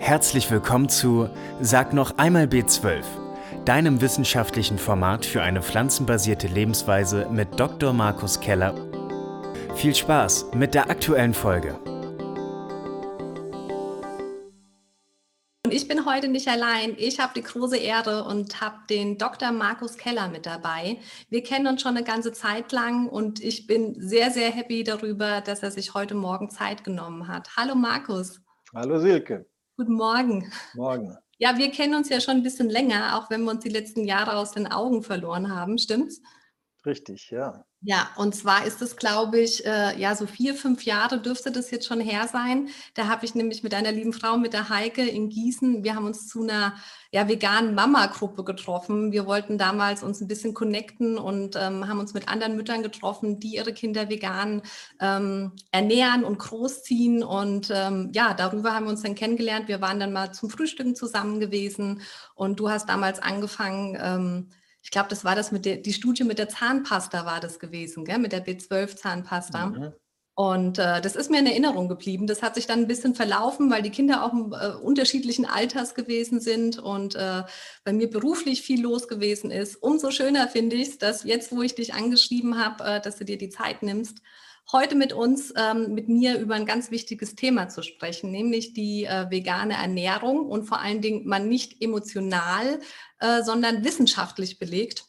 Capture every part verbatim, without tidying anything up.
Herzlich willkommen zu Sag noch einmal B zwölf, deinem wissenschaftlichen Format für eine pflanzenbasierte Lebensweise mit Doktor Markus Keller. Viel Spaß mit der aktuellen Folge. Und ich bin heute nicht allein. Ich habe die große Ehre und habe den Doktor Markus Keller mit dabei. Wir kennen uns schon eine ganze Zeit lang und ich bin sehr, sehr happy darüber, dass er sich heute Morgen Zeit genommen hat. Hallo Markus. Hallo Silke. Guten Morgen. Morgen. Ja, wir kennen uns ja schon ein bisschen länger, auch wenn wir uns die letzten Jahre aus den Augen verloren haben, stimmt's? Richtig, ja. Ja, und zwar ist es, glaube ich, äh, ja, so vier, fünf Jahre dürfte das jetzt schon her sein. Da habe ich nämlich mit einer lieben Frau, mit der Heike in Gießen, wir haben uns zu einer ja, veganen Mama-Gruppe getroffen. Wir wollten damals uns ein bisschen connecten und ähm, haben uns mit anderen Müttern getroffen, die ihre Kinder vegan ähm, ernähren und großziehen. Und ähm, ja, darüber haben wir uns dann kennengelernt. Wir waren dann mal zum Frühstücken zusammen gewesen und du hast damals angefangen, ähm, ich glaube, das war das mit der, die Studie mit der Zahnpasta war das gewesen, gell? Mit der B zwölf Zahnpasta. Mhm. Und äh, das ist mir in Erinnerung geblieben. Das hat sich dann ein bisschen verlaufen, weil die Kinder auch äh, unterschiedlichen Alters gewesen sind und äh, bei mir beruflich viel los gewesen ist. Umso schöner finde ich es, dass jetzt, wo ich dich angeschrieben habe, äh, dass du dir die Zeit nimmst, heute mit uns, ähm, mit mir über ein ganz wichtiges Thema zu sprechen, nämlich die äh, vegane Ernährung und vor allen Dingen mal nicht emotional, äh, sondern wissenschaftlich belegt.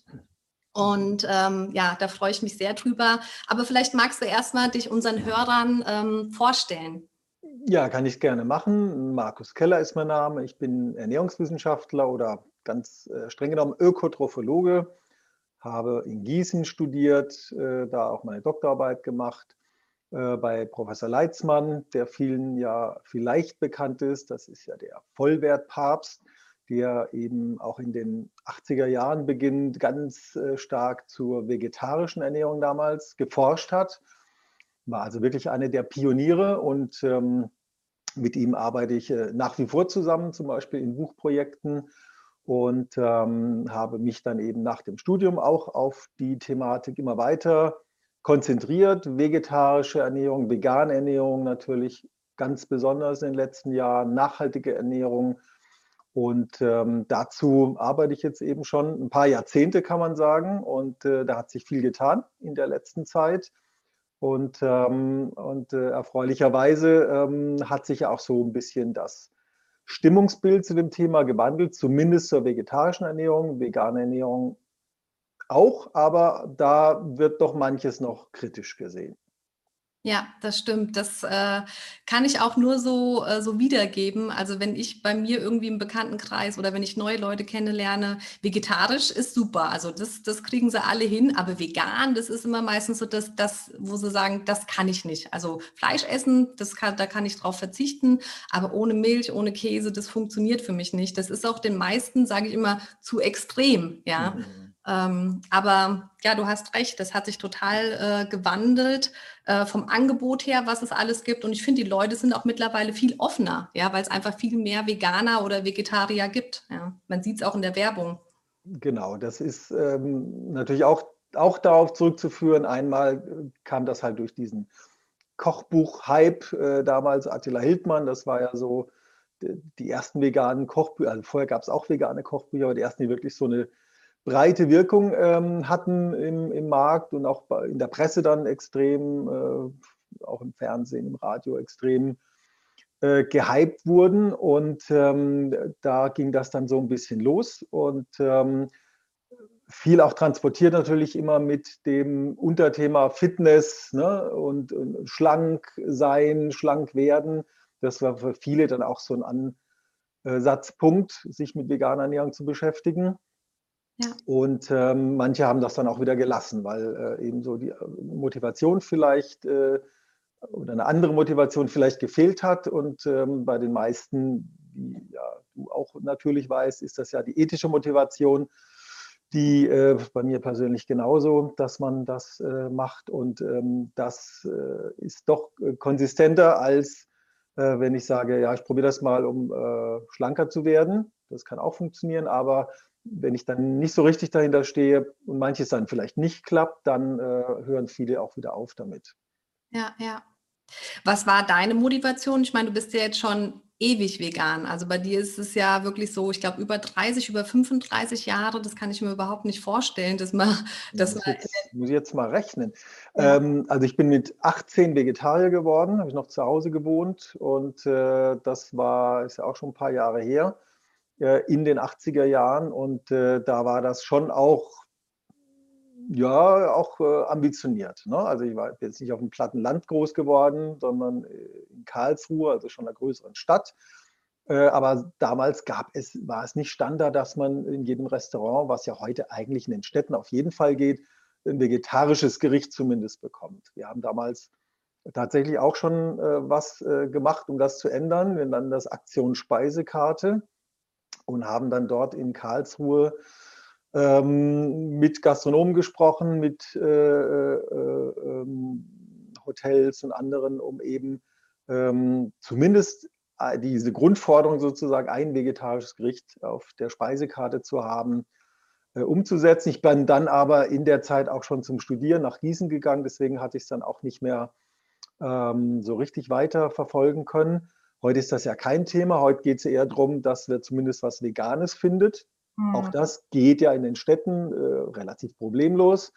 Und ähm, ja, da freue ich mich sehr drüber. Aber vielleicht magst du erstmal dich unseren Hörern ähm, vorstellen. Ja, kann ich gerne machen. Markus Keller ist mein Name. Ich bin Ernährungswissenschaftler oder ganz äh, streng genommen Ökotrophologe. Habe in Gießen studiert, äh, da auch meine Doktorarbeit gemacht äh, bei Professor Leitzmann, der vielen ja vielleicht bekannt ist. Das ist ja der Vollwertpapst, der eben auch in den achtziger Jahren beginnend ganz äh, stark zur vegetarischen Ernährung damals geforscht hat. War also wirklich eine der Pioniere und ähm, mit ihm arbeite ich äh, nach wie vor zusammen, zum Beispiel in Buchprojekten und ähm, habe mich dann eben nach dem Studium auch auf die Thematik immer weiter konzentriert. Vegetarische Ernährung, vegane Ernährung natürlich ganz besonders in den letzten Jahren, nachhaltige Ernährung. Und ähm, dazu arbeite ich jetzt eben schon ein paar Jahrzehnte, kann man sagen. Und äh, da hat sich viel getan in der letzten Zeit. Und, ähm, und äh, erfreulicherweise ähm, hat sich auch so ein bisschen das Stimmungsbild zu dem Thema gewandelt, zumindest zur vegetarischen Ernährung, vegane Ernährung auch, aber da wird doch manches noch kritisch gesehen. Ja, das stimmt. Das äh, kann ich auch nur so, äh, so wiedergeben. Also wenn ich bei mir irgendwie im Bekanntenkreis oder wenn ich neue Leute kennenlerne, vegetarisch ist super. Also das, das kriegen sie alle hin, aber vegan, das ist immer meistens so das, das, wo sie sagen, das kann ich nicht. Also Fleisch essen, das kann, da kann ich drauf verzichten, aber ohne Milch, ohne Käse, das funktioniert für mich nicht. Das ist auch den meisten, sage ich immer, zu extrem, ja. Mhm. Ähm, aber ja, du hast recht, das hat sich total äh, gewandelt äh, vom Angebot her, was es alles gibt. Und ich finde, die Leute sind auch mittlerweile viel offener, ja, weil es einfach viel mehr Veganer oder Vegetarier gibt. Ja. Man sieht es auch in der Werbung. Genau, das ist ähm, natürlich auch, auch darauf zurückzuführen. Einmal äh, kam das halt durch diesen Kochbuch-Hype, äh, damals Attila Hildmann, das war ja so die, die ersten veganen Kochbücher, also vorher gab es auch vegane Kochbücher, aber die ersten, die wirklich so eine breite Wirkung ähm, hatten im, im Markt und auch bei, in der Presse dann extrem, äh, auch im Fernsehen, im Radio extrem äh, gehypt wurden. Und ähm, da ging das dann so ein bisschen los und ähm, viel auch transportiert natürlich immer mit dem Unterthema Fitness, ne, und, und schlank sein, schlank werden. Das war für viele dann auch so ein Ansatzpunkt, sich mit veganer Ernährung zu beschäftigen. Ja. Und ähm, manche haben das dann auch wieder gelassen, weil äh, eben so die Motivation vielleicht äh, oder eine andere Motivation vielleicht gefehlt hat. Und ähm, bei den meisten, wie ja, du auch natürlich weißt, ist das ja die ethische Motivation, die äh, bei mir persönlich genauso, dass man das äh, macht. Und ähm, das äh, ist doch äh, konsistenter, als äh, wenn ich sage, ja, ich probiere das mal, um äh, schlanker zu werden. Das kann auch funktionieren, aber wenn ich dann nicht so richtig dahinter stehe und manches dann vielleicht nicht klappt, dann äh, hören viele auch wieder auf damit. Ja, ja. Was war deine Motivation? Ich meine, du bist ja jetzt schon ewig vegan. Also bei dir ist es ja wirklich so, ich glaube, über dreißig, über fünfunddreißig Jahre, das kann ich mir überhaupt nicht vorstellen, dass man, dass Muss man, jetzt, muss ich jetzt mal rechnen. ja, Ähm, also ich bin mit achtzehn Vegetarier geworden, habe ich noch zu Hause gewohnt und äh, das war, ist ja auch schon ein paar Jahre her, äh, in den achtziger Jahren und äh, da war das schon auch, ja, auch äh, ambitioniert. Ne? Also ich war jetzt nicht auf dem platten Land groß geworden, sondern äh, in Karlsruhe, also schon einer größeren Stadt. Äh, aber damals gab es, war es nicht Standard, dass man in jedem Restaurant, was ja heute eigentlich in den Städten auf jeden Fall geht, ein vegetarisches Gericht zumindest bekommt. Wir haben damals tatsächlich auch schon äh, was äh, gemacht, um das zu ändern. Wir nennen das Aktion Speisekarte und haben dann dort in Karlsruhe ähm, mit Gastronomen gesprochen, mit äh, äh, ähm, Hotels und anderen, um eben ähm, zumindest diese Grundforderung sozusagen, ein vegetarisches Gericht auf der Speisekarte zu haben, äh, umzusetzen. Ich bin dann aber in der Zeit auch schon zum Studieren nach Gießen gegangen, deswegen hatte ich es dann auch nicht mehr ähm, so richtig weiter verfolgen können. Heute ist das ja kein Thema, heute geht es eher darum, dass wir zumindest was Veganes findet. Auch hm, das geht ja in den Städten äh, relativ problemlos.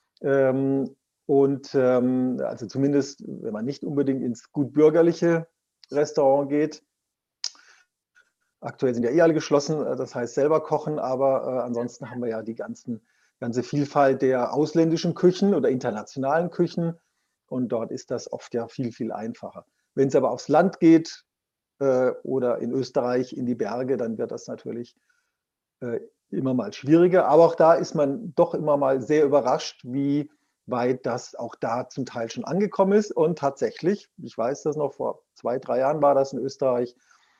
Ähm, und ähm, also zumindest, wenn man nicht unbedingt ins gut bürgerliche Restaurant geht. Aktuell sind ja eh alle geschlossen, äh, das heißt selber kochen, aber äh, ansonsten haben wir ja die ganzen, ganze Vielfalt der ausländischen Küchen oder internationalen Küchen und dort ist das oft ja viel, viel einfacher. Wenn es aber aufs Land geht äh, oder in Österreich in die Berge, dann wird das natürlich äh, immer mal schwieriger, aber auch da ist man doch immer mal sehr überrascht, wie weit das auch da zum Teil schon angekommen ist und tatsächlich, ich weiß das noch, vor zwei, drei Jahren war das in Österreich,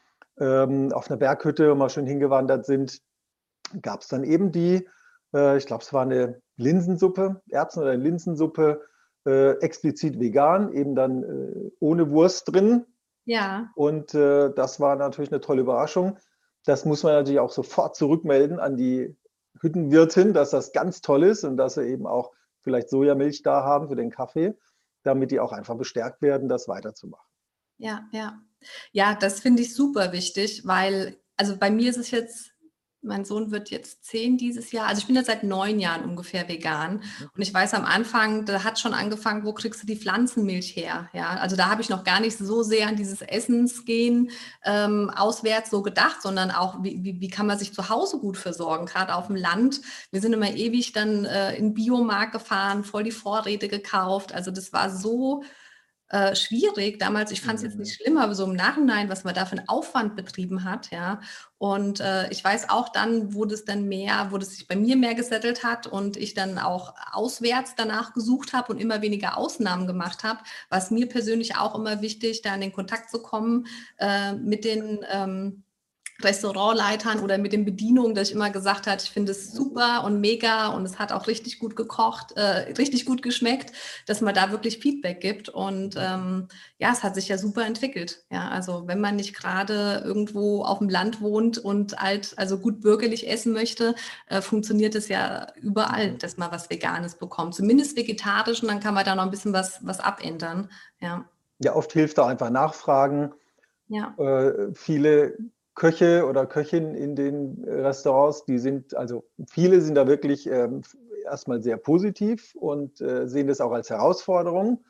ähm, auf einer Berghütte, wo wir schön hingewandert sind, gab es dann eben die, äh, ich glaube, es war eine Linsensuppe, Erbsen- oder eine Linsensuppe, äh, explizit vegan, eben dann äh, ohne Wurst drin. ja, Und äh, das war natürlich eine tolle Überraschung. Das muss man natürlich auch sofort zurückmelden an die Hüttenwirtin, dass das ganz toll ist und dass sie eben auch vielleicht Sojamilch da haben für den Kaffee, damit die auch einfach bestärkt werden, das weiterzumachen. ja, ja. Ja, das finde ich super wichtig, weil, also bei mir ist es jetzt, mein Sohn wird jetzt zehn dieses Jahr. Also ich bin jetzt seit neun Jahren ungefähr vegan. Mhm. Und ich weiß am Anfang, da hat schon angefangen, wo kriegst du die Pflanzenmilch her? Ja, also da habe ich noch gar nicht so sehr an dieses Essensgehen ähm, auswärts so gedacht, sondern auch, wie, wie, wie kann man sich zu Hause gut versorgen, gerade auf dem Land. Wir sind immer ewig dann äh, in den Biomarkt gefahren, voll die Vorräte gekauft. Also das war so äh, schwierig damals. Ich fand es jetzt nicht Mhm. schlimm, aber so im Nachhinein, was man da für einen Aufwand betrieben hat, ja. Und äh, ich weiß auch dann, wo das dann mehr, wo das sich bei mir mehr gesettelt hat und ich dann auch auswärts danach gesucht habe und immer weniger Ausnahmen gemacht habe, war es mir persönlich auch immer wichtig, da in den Kontakt zu kommen äh, mit den ähm, Restaurantleitern oder mit den Bedienungen, dass ich immer gesagt habe, ich finde es super und mega und es hat auch richtig gut gekocht, äh, richtig gut geschmeckt, dass man da wirklich Feedback gibt. Und ähm, ja, es hat sich ja super entwickelt. Ja, also wenn man nicht gerade irgendwo auf dem Land wohnt und alt, also gut bürgerlich essen möchte, äh, funktioniert es ja überall, Mhm. dass man was Veganes bekommt. Zumindest vegetarisch und dann kann man da noch ein bisschen was, was abändern. Ja, Ja, oft hilft auch einfach nachfragen. ja, Äh, viele Köche oder Köchinnen in den Restaurants, die sind, also viele sind da wirklich ähm, erstmal sehr positiv und äh, sehen das auch als Herausforderung,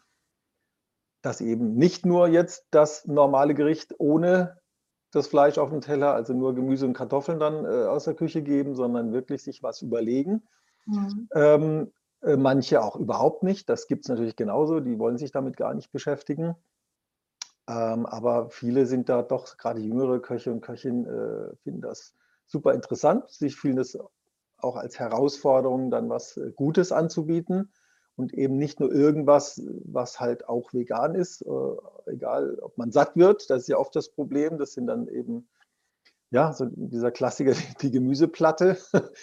dass eben nicht nur jetzt das normale Gericht ohne das Fleisch auf dem Teller, also nur Gemüse und Kartoffeln dann äh, aus der Küche geben, sondern wirklich sich was überlegen. mhm. Ähm, äh, manche auch überhaupt nicht. Das gibt es natürlich genauso, die wollen sich damit gar nicht beschäftigen. Ähm, aber viele sind da doch, gerade jüngere Köche und Köchinnen, äh, finden das super interessant. Sie fühlen das auch als Herausforderung, dann was äh, Gutes anzubieten und eben nicht nur irgendwas, was halt auch vegan ist, äh, egal ob man satt wird, das ist ja oft das Problem. Das sind dann eben, ja, so dieser Klassiker, die Gemüseplatte,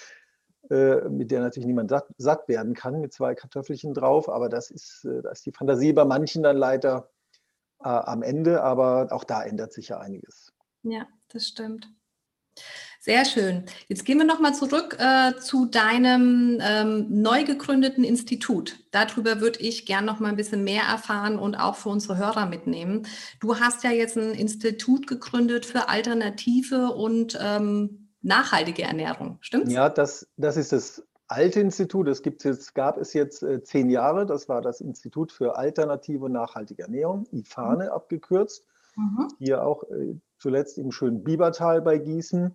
äh, mit der natürlich niemand satt, satt werden kann, mit zwei Kartoffelchen drauf. Aber das ist, äh, da ist die Fantasie bei manchen dann leider äh, am Ende, aber auch da ändert sich ja einiges. Ja, das stimmt. Sehr schön. Jetzt gehen wir nochmal zurück äh, zu deinem ähm, neu gegründeten Institut. Darüber würde ich gern noch mal ein bisschen mehr erfahren und auch für unsere Hörer mitnehmen. Du hast ja jetzt ein Institut gegründet für alternative und ähm, nachhaltige Ernährung, stimmt's? Ja, das, das ist das alte Institut. Das gibt's jetzt, gab es jetzt äh, zehn Jahre. Das war das Institut für alternative und nachhaltige Ernährung, IFANE abgekürzt. Mhm. Hier auch äh, zuletzt im schönen Biebertal bei Gießen.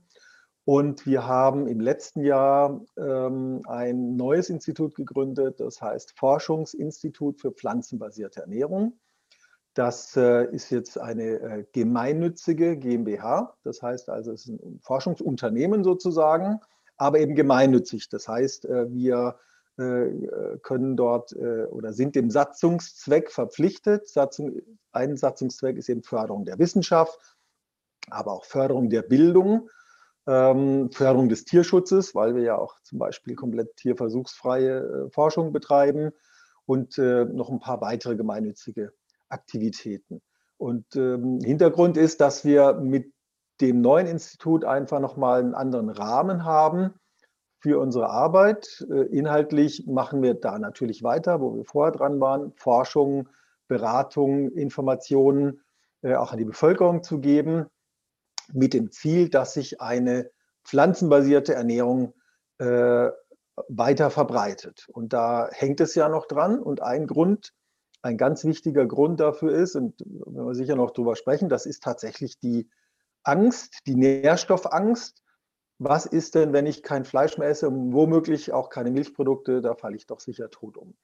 Und wir haben im letzten Jahr ähm, ein neues Institut gegründet, das heißt Forschungsinstitut für pflanzenbasierte Ernährung. Das äh, ist jetzt eine äh, gemeinnützige GmbH, das heißt also, es ist ein Forschungsunternehmen sozusagen, aber eben gemeinnützig. Das heißt, äh, wir äh, können dort äh, oder sind dem Satzungszweck verpflichtet. Satzung, ein Satzungszweck ist eben Förderung der Wissenschaft, aber auch Förderung der Bildung, ähm, Förderung des Tierschutzes, weil wir ja auch zum Beispiel komplett tierversuchsfreie äh, Forschung betreiben und äh, noch ein paar weitere gemeinnützige Aktivitäten. Und ähm, Hintergrund ist, dass wir mit dem neuen Institut einfach nochmal einen anderen Rahmen haben für unsere Arbeit. Äh, inhaltlich machen wir da natürlich weiter, wo wir vorher dran waren, Forschung, Beratung, Informationen äh, auch an die Bevölkerung zu geben, mit dem Ziel, dass sich eine pflanzenbasierte Ernährung äh, weiter verbreitet. Und da hängt es ja noch dran. Und ein Grund, ein ganz wichtiger Grund dafür ist, und wenn wir sicher noch drüber sprechen, das ist tatsächlich die Angst, die Nährstoffangst. Was ist denn, wenn ich kein Fleisch mehr esse und womöglich auch keine Milchprodukte, da falle ich doch sicher tot um.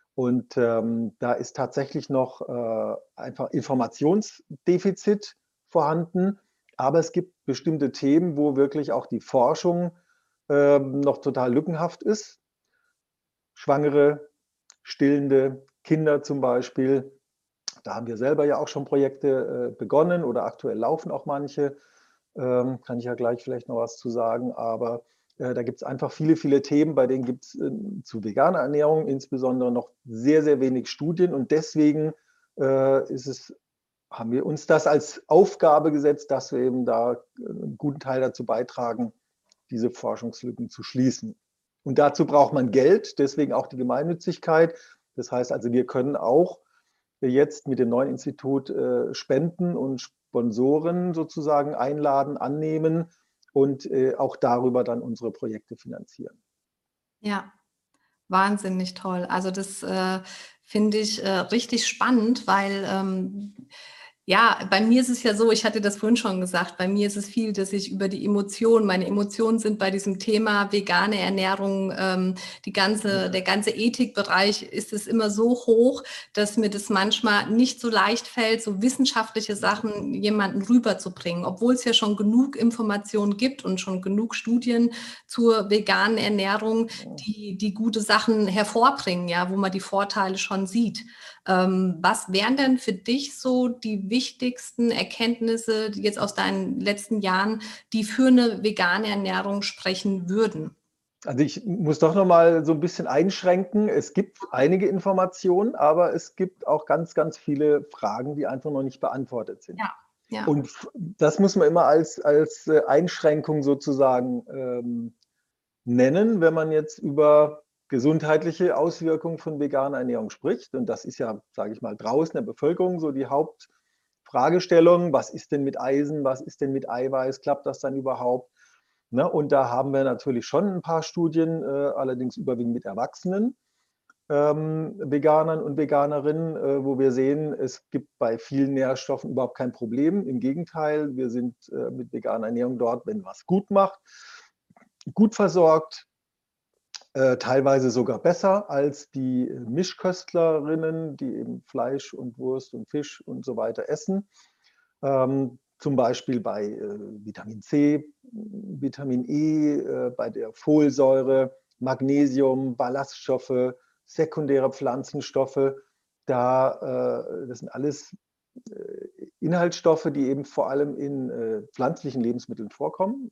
Und ähm, da ist tatsächlich noch äh, einfach Informationsdefizit vorhanden. Aber es gibt bestimmte Themen, wo wirklich auch die Forschung äh, noch total lückenhaft ist. Schwangere, stillende Kinder zum Beispiel. Da haben wir selber ja auch schon Projekte äh, begonnen oder aktuell laufen auch manche. Ähm, kann ich ja gleich vielleicht noch was zu sagen. Aber äh, da gibt es einfach viele, viele Themen, bei denen gibt es äh, zu veganer Ernährung insbesondere noch sehr, sehr wenig Studien. Und deswegen äh, ist es, haben wir uns das als Aufgabe gesetzt, dass wir eben da einen guten Teil dazu beitragen, diese Forschungslücken zu schließen. Und dazu braucht man Geld, deswegen auch die Gemeinnützigkeit. Das heißt also, wir können auch jetzt mit dem neuen Institut äh, Spenden und Sponsoren sozusagen einladen, annehmen und äh, auch darüber dann unsere Projekte finanzieren. Ja, wahnsinnig toll. Also das äh, finde ich äh, richtig spannend, weil ähm, ja, bei mir ist es ja so, ich hatte das vorhin schon gesagt, bei mir ist es viel, dass ich über die Emotionen, meine Emotionen sind bei diesem Thema vegane Ernährung, ähm, die ganze, der ganze Ethikbereich ist es immer so hoch, dass mir das manchmal nicht so leicht fällt, so wissenschaftliche Sachen jemanden rüberzubringen, obwohl es ja schon genug Informationen gibt und schon genug Studien zur veganen Ernährung, die, die gute Sachen hervorbringen, ja, wo man die Vorteile schon sieht. Ähm, was wären denn für dich so die wichtigsten Erkenntnisse jetzt aus deinen letzten Jahren, die für eine vegane Ernährung sprechen würden? Also ich muss doch noch mal so ein bisschen einschränken. Es gibt einige Informationen, aber es gibt auch ganz, ganz viele Fragen, die einfach noch nicht beantwortet sind. Ja, ja. Und das muss man immer als, als äh, Einschränkung sozusagen ähm, nennen, wenn man jetzt über gesundheitliche Auswirkungen von veganer Ernährung spricht. Und das ist ja, sage ich mal, draußen in der Bevölkerung so die Hauptfragestellung. Was ist denn mit Eisen? Was ist denn mit Eiweiß? Klappt das dann überhaupt? Ne? Und da haben wir natürlich schon ein paar Studien, äh, allerdings überwiegend mit Erwachsenen. Ähm, Veganern und Veganerinnen, äh, wo wir sehen, es gibt bei vielen Nährstoffen überhaupt kein Problem. Im Gegenteil, wir sind äh, mit veganer Ernährung dort, wenn was gut macht, gut versorgt, äh, teilweise sogar besser als die Mischköstlerinnen, die eben Fleisch und Wurst und Fisch und so weiter essen. Ähm, zum Beispiel bei äh, Vitamin C, Vitamin E, äh, bei der Folsäure, Magnesium, Ballaststoffe, sekundäre Pflanzenstoffe. Da, äh, das sind alles äh, Inhaltsstoffe, die eben vor allem in äh, pflanzlichen Lebensmitteln vorkommen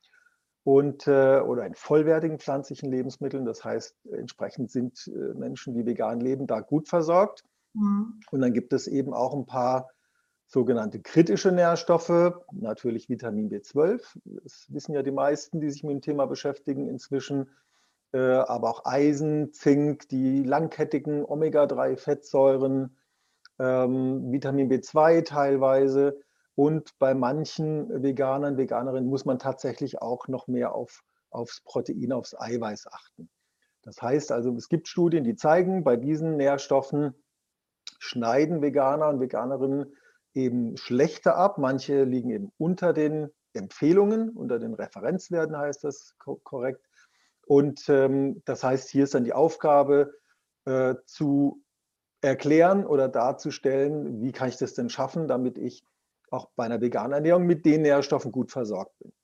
und, äh, oder in vollwertigen pflanzlichen Lebensmitteln. Das heißt, entsprechend sind äh, Menschen, die vegan leben, da gut versorgt. Mhm. Und dann gibt es eben auch ein paar sogenannte kritische Nährstoffe, natürlich Vitamin B zwölf, das wissen ja die meisten, die sich mit dem Thema beschäftigen inzwischen, äh, aber auch Eisen, Zink, die langkettigen Omega drei Fettsäuren, ähm, Vitamin B zwei teilweise, und bei manchen Veganern, Veganerinnen muss man tatsächlich auch noch mehr auf, aufs Protein, aufs Eiweiß achten. Das heißt also, es gibt Studien, die zeigen, bei diesen Nährstoffen schneiden Veganer und Veganerinnen eben schlechter ab. Manche liegen eben unter den Empfehlungen, unter den Referenzwerten heißt das korrekt. Und ähm, das heißt, hier ist dann die Aufgabe äh, zu erklären oder darzustellen, wie kann ich das denn schaffen, damit ich auch bei einer veganen Ernährung mit den Nährstoffen gut versorgt bin.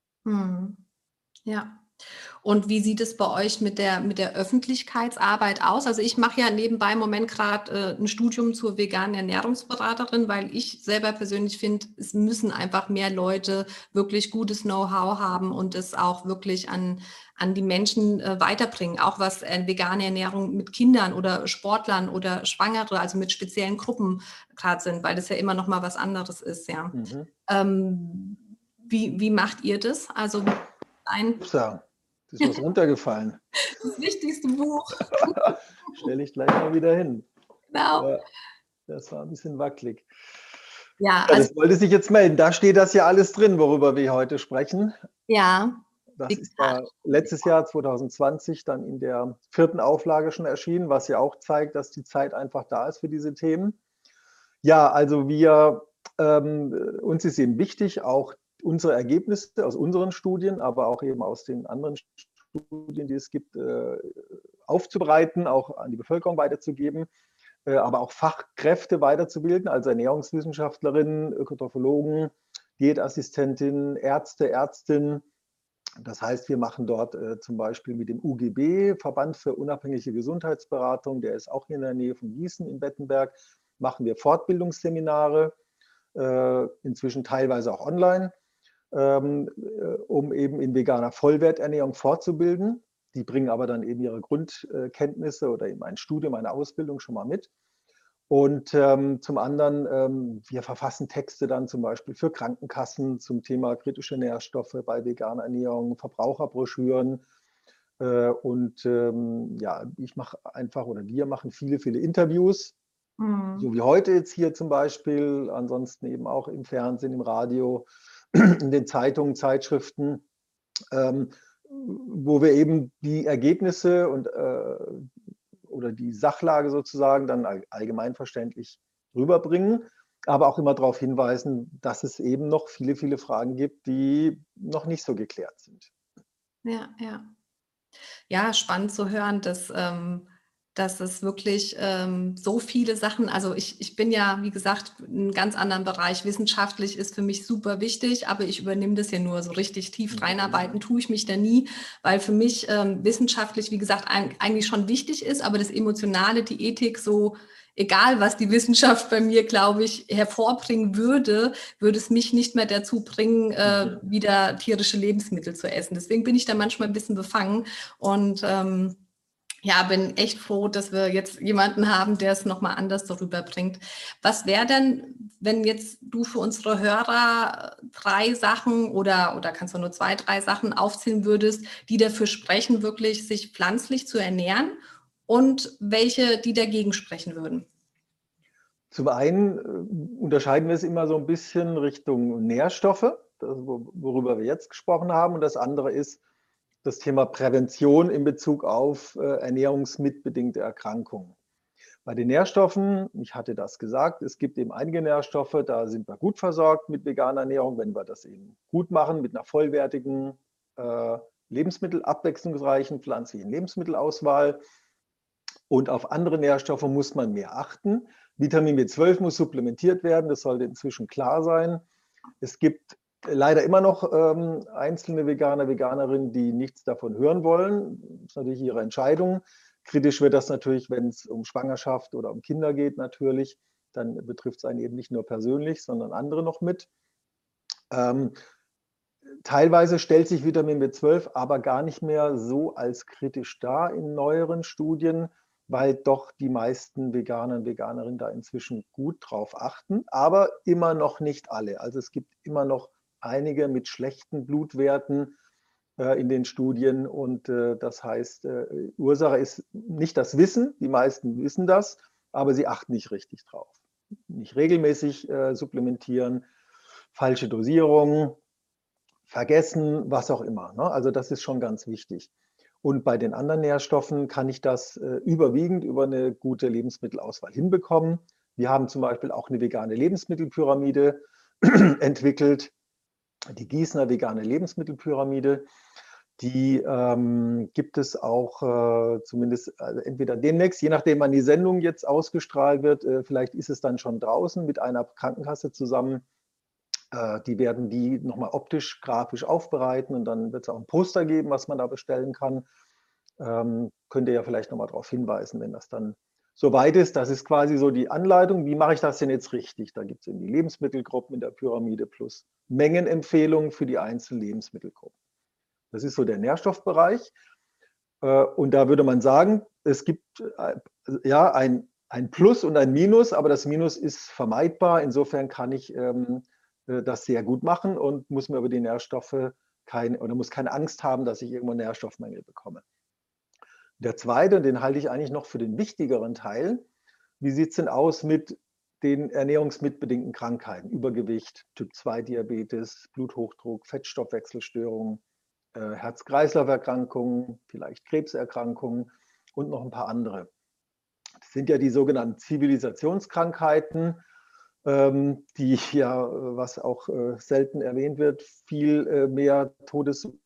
Hm. Ja. Und wie sieht es bei euch mit der, mit der Öffentlichkeitsarbeit aus? Also ich mache ja nebenbei im Moment gerade äh, ein Studium zur veganen Ernährungsberaterin, weil ich selber persönlich finde, es müssen einfach mehr Leute wirklich gutes Know-how haben und es auch wirklich an, an die Menschen äh, weiterbringen, auch was äh, vegane Ernährung mit Kindern oder Sportlern oder Schwangere, also mit speziellen Gruppen gerade sind, weil das ja immer noch mal was anderes ist, ja. Mhm. Ähm, wie, wie macht ihr das? Also ein Upsa, das ist was runtergefallen. das wichtigste Buch. Stelle ich gleich mal wieder hin. Genau. Ja, das war ein bisschen wackelig. Ja, Ja, also das wollte sich jetzt melden. Da steht das ja alles drin, worüber wir heute sprechen. ja, Das wie ist ja gesagt, letztes Jahr zwanzig zwanzig dann in der vierten Auflage schon erschienen, was ja auch zeigt, dass die Zeit einfach da ist für diese Themen. Ja, also wir, ähm, uns ist eben wichtig, auch unsere Ergebnisse aus unseren Studien, aber auch eben aus den anderen Studien, die es gibt, äh, aufzubereiten, auch an die Bevölkerung weiterzugeben, äh, aber auch Fachkräfte weiterzubilden, also Ernährungswissenschaftlerinnen, Ökotrophologen, Diätassistentinnen, Ärzte, Ärztinnen. Das heißt, wir machen dort äh, zum Beispiel mit dem U G B, Verband für unabhängige Gesundheitsberatung, der ist auch hier in der Nähe von Gießen in Bettenberg, machen wir Fortbildungsseminare, äh, inzwischen teilweise auch online, ähm, äh, um eben in veganer Vollwerternährung fortzubilden. Die bringen aber dann eben ihre Grundkenntnisse oder eben ein Studium, eine Ausbildung schon mal mit. Und ähm, zum anderen, ähm, wir verfassen Texte dann zum Beispiel für Krankenkassen zum Thema kritische Nährstoffe bei veganer Ernährung, Verbraucherbroschüren. Äh, und ähm, ja, ich mache einfach oder wir machen viele, viele Interviews, mhm. so wie heute jetzt hier zum Beispiel, ansonsten eben auch im Fernsehen, im Radio, in den Zeitungen, Zeitschriften, ähm, wo wir eben die Ergebnisse und äh, oder die Sachlage sozusagen dann allgemeinverständlich rüberbringen, aber auch immer darauf hinweisen, dass es eben noch viele, viele Fragen gibt, die noch nicht so geklärt sind. Ja, ja. Ja, spannend zu hören, dass, ähm, dass es wirklich ähm, so viele Sachen, also ich, ich bin ja, wie gesagt, in einem ganz anderen Bereich. Wissenschaftlich ist für mich super wichtig, aber ich übernehme das ja nur so richtig tief reinarbeiten, tue ich mich da nie, weil für mich ähm, wissenschaftlich, wie gesagt, ein, eigentlich schon wichtig ist, aber das Emotionale, die Ethik, so egal was die Wissenschaft bei mir, glaube ich, hervorbringen würde, würde es mich nicht mehr dazu bringen, äh, wieder tierische Lebensmittel zu essen. Deswegen bin ich da manchmal ein bisschen befangen und ähm, ja, bin echt froh, dass wir jetzt jemanden haben, der es nochmal anders darüber bringt. Was wäre denn, wenn jetzt du für unsere Hörer drei Sachen oder, oder kannst du nur zwei, drei Sachen aufzählen würdest, die dafür sprechen, wirklich sich pflanzlich zu ernähren und welche, die dagegen sprechen würden? Zum einen äh, unterscheiden wir es immer so ein bisschen Richtung Nährstoffe, das, worüber wir jetzt gesprochen haben. Und das andere ist das Thema Prävention in Bezug auf äh, ernährungsmitbedingte Erkrankungen. Bei den Nährstoffen, ich hatte das gesagt, es gibt eben einige Nährstoffe, da sind wir gut versorgt mit veganer Ernährung, wenn wir das eben gut machen, mit einer vollwertigen, äh, Lebensmittel, abwechslungsreichen pflanzlichen Lebensmittelauswahl. Und auf andere Nährstoffe muss man mehr achten. Vitamin B zwölf muss supplementiert werden, das sollte inzwischen klar sein. Es gibt leider immer noch ähm, einzelne Veganer, Veganerinnen, die nichts davon hören wollen. Das ist natürlich ihre Entscheidung. Kritisch wird das natürlich, wenn es um Schwangerschaft oder um Kinder geht, natürlich. Dann betrifft es einen eben nicht nur persönlich, sondern andere noch mit. Ähm, teilweise stellt sich Vitamin B zwölf aber gar nicht mehr so als kritisch dar in neueren Studien. weil doch die meisten Veganer und Veganerinnen da inzwischen gut drauf achten, aber immer noch nicht alle. Also es gibt immer noch einige mit schlechten Blutwerten äh, in den Studien und äh, das heißt, äh, Ursache ist nicht das Wissen, die meisten wissen das, aber sie achten nicht richtig drauf. Nicht regelmäßig äh, supplementieren, falsche Dosierung, vergessen, was auch immer. Ne? Also das ist schon ganz wichtig. Und bei den anderen Nährstoffen kann ich das äh, überwiegend über eine gute Lebensmittelauswahl hinbekommen. Wir haben zum Beispiel auch eine vegane Lebensmittelpyramide entwickelt, die Gießener vegane Lebensmittelpyramide. Die ähm, gibt es auch äh, zumindest also entweder demnächst, je nachdem wann die Sendung jetzt ausgestrahlt wird, äh, vielleicht ist es dann schon draußen mit einer Krankenkasse zusammen. Äh, die werden die nochmal optisch, grafisch aufbereiten und dann wird es auch ein Poster geben, was man da bestellen kann. Ähm, könnt ihr ja vielleicht nochmal darauf hinweisen, wenn das dann soweit ist. Das ist quasi so die Anleitung. Wie mache ich das denn jetzt richtig? Da gibt es eben die Lebensmittelgruppen in der Pyramide plus Mengenempfehlungen für die einzelnen Lebensmittelgruppen. Das ist so der Nährstoffbereich. Äh, und da würde man sagen, es gibt äh, ja ein, ein Plus und ein Minus, aber das Minus ist vermeidbar. Insofern kann ich ähm, äh, das sehr gut machen und muss mir über die Nährstoffe keine oder muss keine Angst haben, dass ich irgendwo Nährstoffmängel bekomme. Der zweite, und den halte ich eigentlich noch für den wichtigeren Teil, wie sieht es denn aus mit den ernährungsmitbedingten Krankheiten? Übergewicht, Typ zwei Diabetes, Bluthochdruck, Fettstoffwechselstörungen, äh, Herz-Kreislauf-Erkrankungen, vielleicht Krebserkrankungen und noch ein paar andere. Das sind ja die sogenannten Zivilisationskrankheiten, ähm, die ja, was auch äh, selten erwähnt wird, viel äh, mehr Todesfälle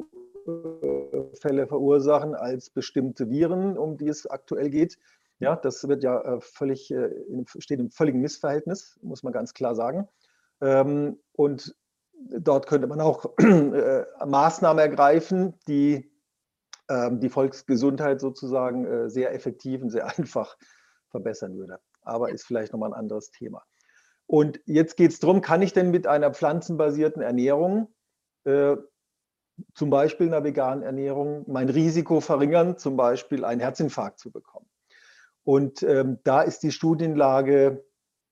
verursachen als bestimmte Viren, um die es aktuell geht. Ja, das wird ja äh, völlig, äh, in, steht im völligen Missverhältnis, muss man ganz klar sagen. Ähm, und dort könnte man auch äh, Maßnahmen ergreifen, die äh, die Volksgesundheit sozusagen äh, sehr effektiv und sehr einfach verbessern würde. Aber ist vielleicht nochmal ein anderes Thema. Und jetzt geht es darum, kann ich denn mit einer pflanzenbasierten Ernährung, äh, zum Beispiel einer veganen Ernährung, mein Risiko verringern, zum Beispiel einen Herzinfarkt zu bekommen? Und ähm, da ist die Studienlage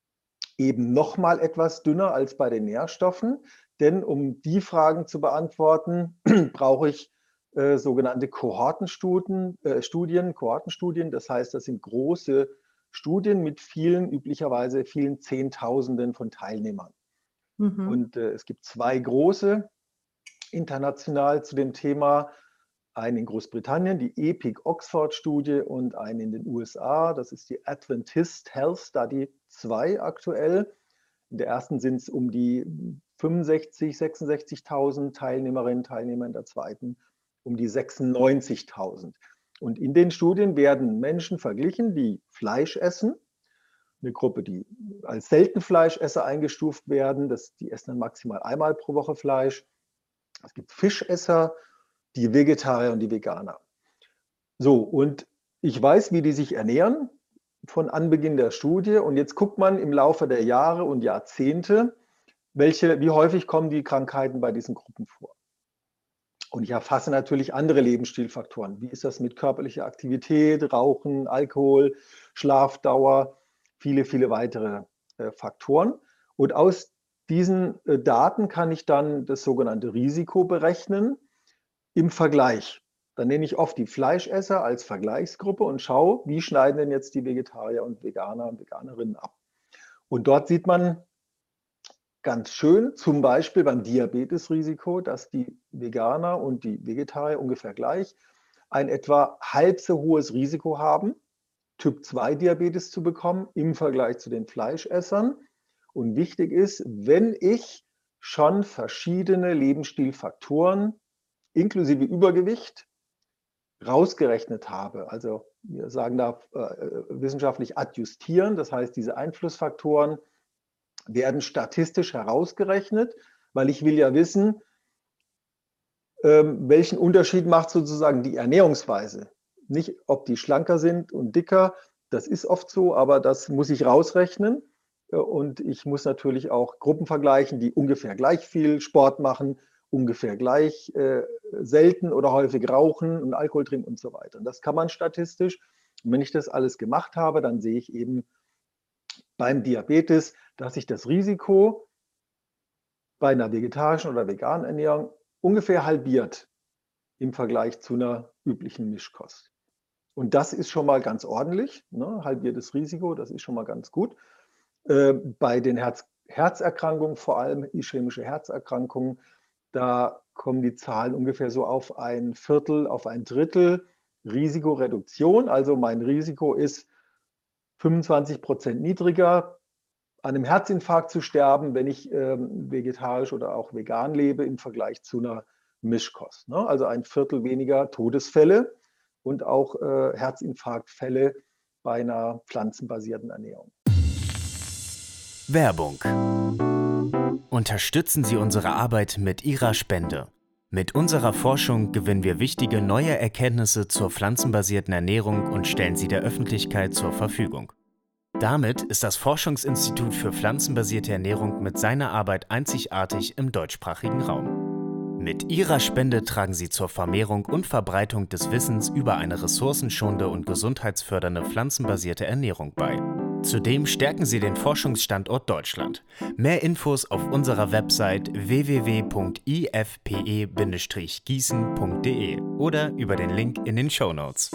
eben noch mal etwas dünner als bei den Nährstoffen, denn um die Fragen zu beantworten, brauche ich äh, sogenannte Kohortenstudien, äh, Studien, Kohortenstudien. Das heißt, das sind große Studien mit vielen, üblicherweise vielen Zehntausenden von Teilnehmern. Mhm. Und äh, es gibt zwei große international zu dem Thema. Eine in Großbritannien, die EPIC-Oxford-Studie und eine in den U S A, das ist die Adventist Health Study zwei aktuell. In der ersten sind es um die fünfundsechzigtausend, sechsundsechzigtausend Teilnehmerinnen und Teilnehmer, in der zweiten um die sechsundneunzigtausend. Und in den Studien werden Menschen verglichen, die Fleisch essen, eine Gruppe, die als Seltenfleischesser eingestuft werden, das, die essen dann maximal einmal pro Woche Fleisch. Es gibt Fischesser, die Vegetarier und die Veganer. So, und ich weiß, wie die sich ernähren von Anbeginn der Studie. Und jetzt guckt man im Laufe der Jahre und Jahrzehnte, welche, wie häufig kommen die Krankheiten bei diesen Gruppen vor. Und ich erfasse natürlich andere Lebensstilfaktoren. Wie ist das mit körperlicher Aktivität, Rauchen, Alkohol, Schlafdauer, viele, viele weitere äh, Faktoren. Und aus diesen äh, Daten kann ich dann das sogenannte Risiko berechnen im Vergleich. Dann nehme ich oft die Fleischesser als Vergleichsgruppe und schaue, wie schneiden denn jetzt die Vegetarier und Veganer und Veganerinnen ab. Und dort sieht man ganz schön, zum Beispiel beim Diabetesrisiko, dass die Veganer und die Vegetarier ungefähr gleich ein etwa halb so hohes Risiko haben, Typ zwei Diabetes zu bekommen im Vergleich zu den Fleischessern. Und wichtig ist, wenn ich schon verschiedene Lebensstilfaktoren inklusive Übergewicht rausgerechnet habe, also wir sagen da äh, wissenschaftlich adjustieren, das heißt, diese Einflussfaktoren werden statistisch herausgerechnet, weil ich will ja wissen, ähm, welchen Unterschied macht sozusagen die Ernährungsweise. Nicht, ob die schlanker sind und dicker, das ist oft so, aber das muss ich rausrechnen. Und ich muss natürlich auch Gruppen vergleichen, die ungefähr gleich viel Sport machen, ungefähr gleich äh, selten oder häufig rauchen und Alkohol trinken und so weiter. Und das kann man statistisch. Und wenn ich das alles gemacht habe, dann sehe ich eben beim Diabetes, dass sich das Risiko bei einer vegetarischen oder veganen Ernährung ungefähr halbiert im Vergleich zu einer üblichen Mischkost. Und das ist schon mal ganz ordentlich, ne? Halbiertes Risiko, das ist schon mal ganz gut. Äh, bei den Herz Herzerkrankungen, vor allem ischämische Herzerkrankungen, da kommen die Zahlen ungefähr so auf ein Viertel, auf ein Drittel Risikoreduktion. Also mein Risiko ist fünfundzwanzig Prozent niedriger, an einem Herzinfarkt zu sterben, wenn ich ähm, vegetarisch oder auch vegan lebe im Vergleich zu einer Mischkost. Ne? Also ein Viertel weniger Todesfälle und auch äh, Herzinfarktfälle bei einer pflanzenbasierten Ernährung. Werbung. Unterstützen Sie unsere Arbeit mit Ihrer Spende. Mit unserer Forschung gewinnen wir wichtige neue Erkenntnisse zur pflanzenbasierten Ernährung und stellen sie der Öffentlichkeit zur Verfügung. Damit ist das Forschungsinstitut für pflanzenbasierte Ernährung mit seiner Arbeit einzigartig im deutschsprachigen Raum. Mit Ihrer Spende tragen Sie zur Vermehrung und Verbreitung des Wissens über eine ressourcenschonende und gesundheitsfördernde pflanzenbasierte Ernährung bei. Zudem stärken Sie den Forschungsstandort Deutschland. Mehr Infos auf unserer Website w w w punkt i f p e Bindestrich gießen punkt d e oder über den Link in den Shownotes.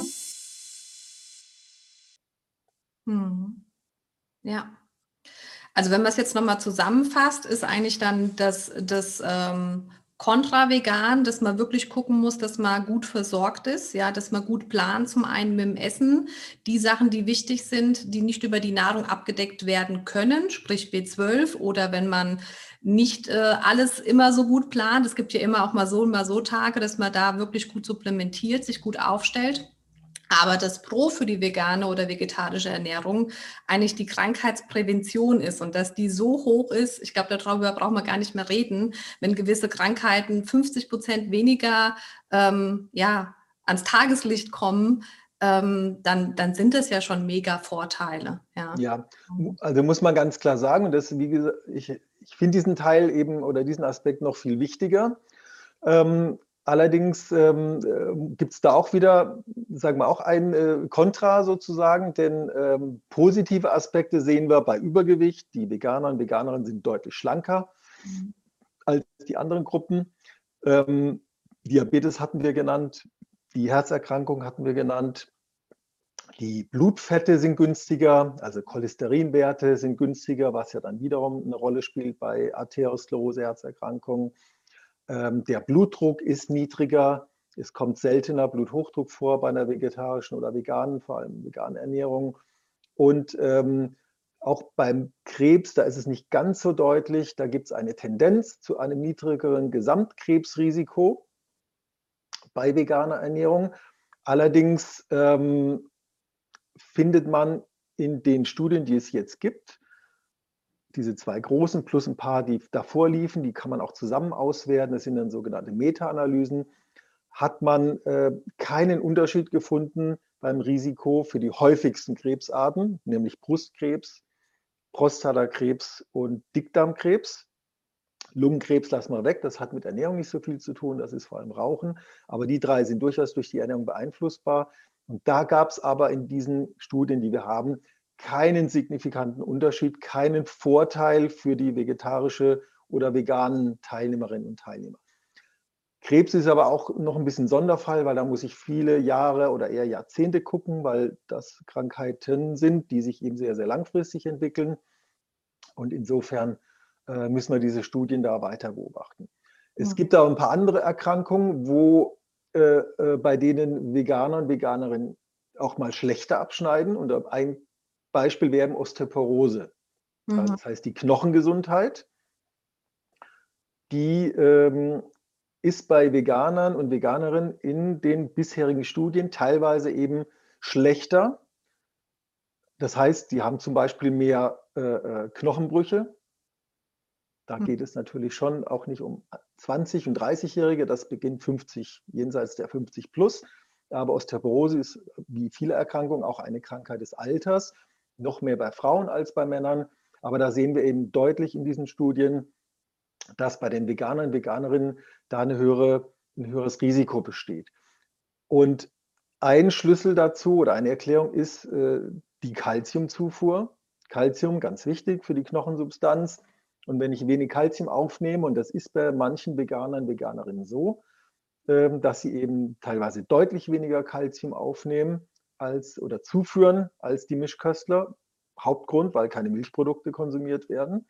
Hm. Ja. Also wenn man es jetzt nochmal zusammenfasst, ist eigentlich dann das, das ähm, Kontra-Vegan, dass man wirklich gucken muss, dass man gut versorgt ist, ja, dass man gut plant, zum einen mit dem Essen, die Sachen, die wichtig sind, die nicht über die Nahrung abgedeckt werden können, sprich B zwölf, oder wenn man nicht äh, alles immer so gut plant, es gibt ja immer auch mal so und mal so Tage, dass man da wirklich gut supplementiert, sich gut aufstellt. Aber das Pro für die vegane oder vegetarische Ernährung eigentlich die Krankheitsprävention ist und dass die so hoch ist, ich glaube, darüber brauchen wir gar nicht mehr reden, wenn gewisse Krankheiten fünfzig Prozent weniger ähm, ja, ans Tageslicht kommen, ähm, dann, dann sind das ja schon mega Vorteile. Ja, Ja, also muss man ganz klar sagen, und das, wie gesagt, ich, ich finde diesen Teil eben oder diesen Aspekt noch viel wichtiger. Ähm, Allerdings ähm, äh, gibt es da auch wieder, sagen wir auch ein äh, Kontra sozusagen, denn ähm, positive Aspekte sehen wir bei Übergewicht. Die Veganer und Veganerinnen sind deutlich schlanker mhm. als die anderen Gruppen. Ähm, Diabetes hatten wir genannt, die Herzerkrankung hatten wir genannt. Die Blutfette sind günstiger, also Cholesterinwerte sind günstiger, was ja dann wiederum eine Rolle spielt bei Arteriosklerose, Herzerkrankungen. Der Blutdruck ist niedriger, es kommt seltener Bluthochdruck vor bei einer vegetarischen oder veganen, vor allem veganen Ernährung. Und ähm, auch beim Krebs, da ist es nicht ganz so deutlich, da gibt es eine Tendenz zu einem niedrigeren Gesamtkrebsrisiko bei veganer Ernährung. Allerdings ähm, findet man in den Studien, die es jetzt gibt, diese zwei großen plus ein paar, die davor liefen, die kann man auch zusammen auswerten, das sind dann sogenannte Meta-Analysen, hat man äh, keinen Unterschied gefunden beim Risiko für die häufigsten Krebsarten, nämlich Brustkrebs, Prostatakrebs und Dickdarmkrebs. Lungenkrebs lassen wir weg, das hat mit Ernährung nicht so viel zu tun, das ist vor allem Rauchen, aber die drei sind durchaus durch die Ernährung beeinflussbar. Und da gab es aber in diesen Studien, die wir haben, keinen signifikanten Unterschied, keinen Vorteil für die vegetarische oder veganen Teilnehmerinnen und Teilnehmer. Krebs ist aber auch noch ein bisschen Sonderfall, weil da muss ich viele Jahre oder eher Jahrzehnte gucken, weil das Krankheiten sind, die sich eben sehr, sehr langfristig entwickeln. Und insofern äh, müssen wir diese Studien da weiter beobachten. Es mhm. gibt auch ein paar andere Erkrankungen, wo äh, äh, bei denen Veganer und Veganerinnen auch mal schlechter abschneiden. Und ein Beispiel wäre Osteoporose. Mhm. Also das heißt, die Knochengesundheit, die ähm, ist bei Veganern und Veganerinnen in den bisherigen Studien teilweise eben schlechter. Das heißt, die haben zum Beispiel mehr äh, Knochenbrüche. Da mhm. geht es natürlich schon auch nicht um zwanzig- und dreißigjährige, das beginnt fünfzig, jenseits der fünfzig plus. Aber Osteoporose ist wie viele Erkrankungen auch eine Krankheit des Alters, noch mehr bei Frauen als bei Männern. Aber da sehen wir eben deutlich in diesen Studien, dass bei den Veganern und Veganerinnen da eine höhere, ein höheres Risiko besteht. Und ein Schlüssel dazu oder eine Erklärung ist äh, die Kalziumzufuhr. Kalzium, ganz wichtig für die Knochensubstanz. Und wenn ich wenig Kalzium aufnehme, und das ist bei manchen Veganern, Veganerinnen so, ähm, dass sie eben teilweise deutlich weniger Kalzium aufnehmen als oder zuführen als die Mischköstler. Hauptgrund, weil keine Milchprodukte konsumiert werden.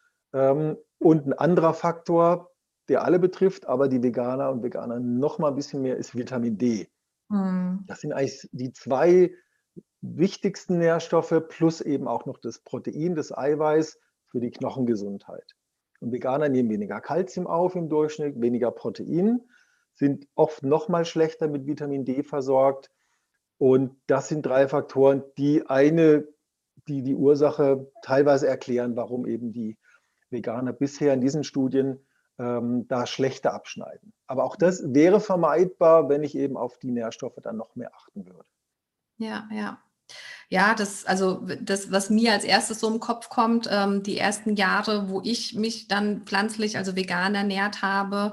Ähm, und ein anderer Faktor, der alle betrifft, aber die Veganer und Veganer noch mal ein bisschen mehr, ist Vitamin D. Hm. Das sind eigentlich die zwei wichtigsten Nährstoffe plus eben auch noch das Protein, das Eiweiß für die Knochengesundheit. Und Veganer nehmen weniger Kalzium auf im Durchschnitt, weniger Protein, sind oft noch mal schlechter mit Vitamin D versorgt. Und das sind drei Faktoren, die eine, die die Ursache teilweise erklären, warum eben die Veganer bisher in diesen Studien ähm, da schlechter abschneiden. Aber auch das wäre vermeidbar, wenn ich eben auf die Nährstoffe dann noch mehr achten würde. Ja, ja. Ja, das, also das, was mir als erstes so im Kopf kommt, ähm, die ersten Jahre, wo ich mich dann pflanzlich, also vegan ernährt habe,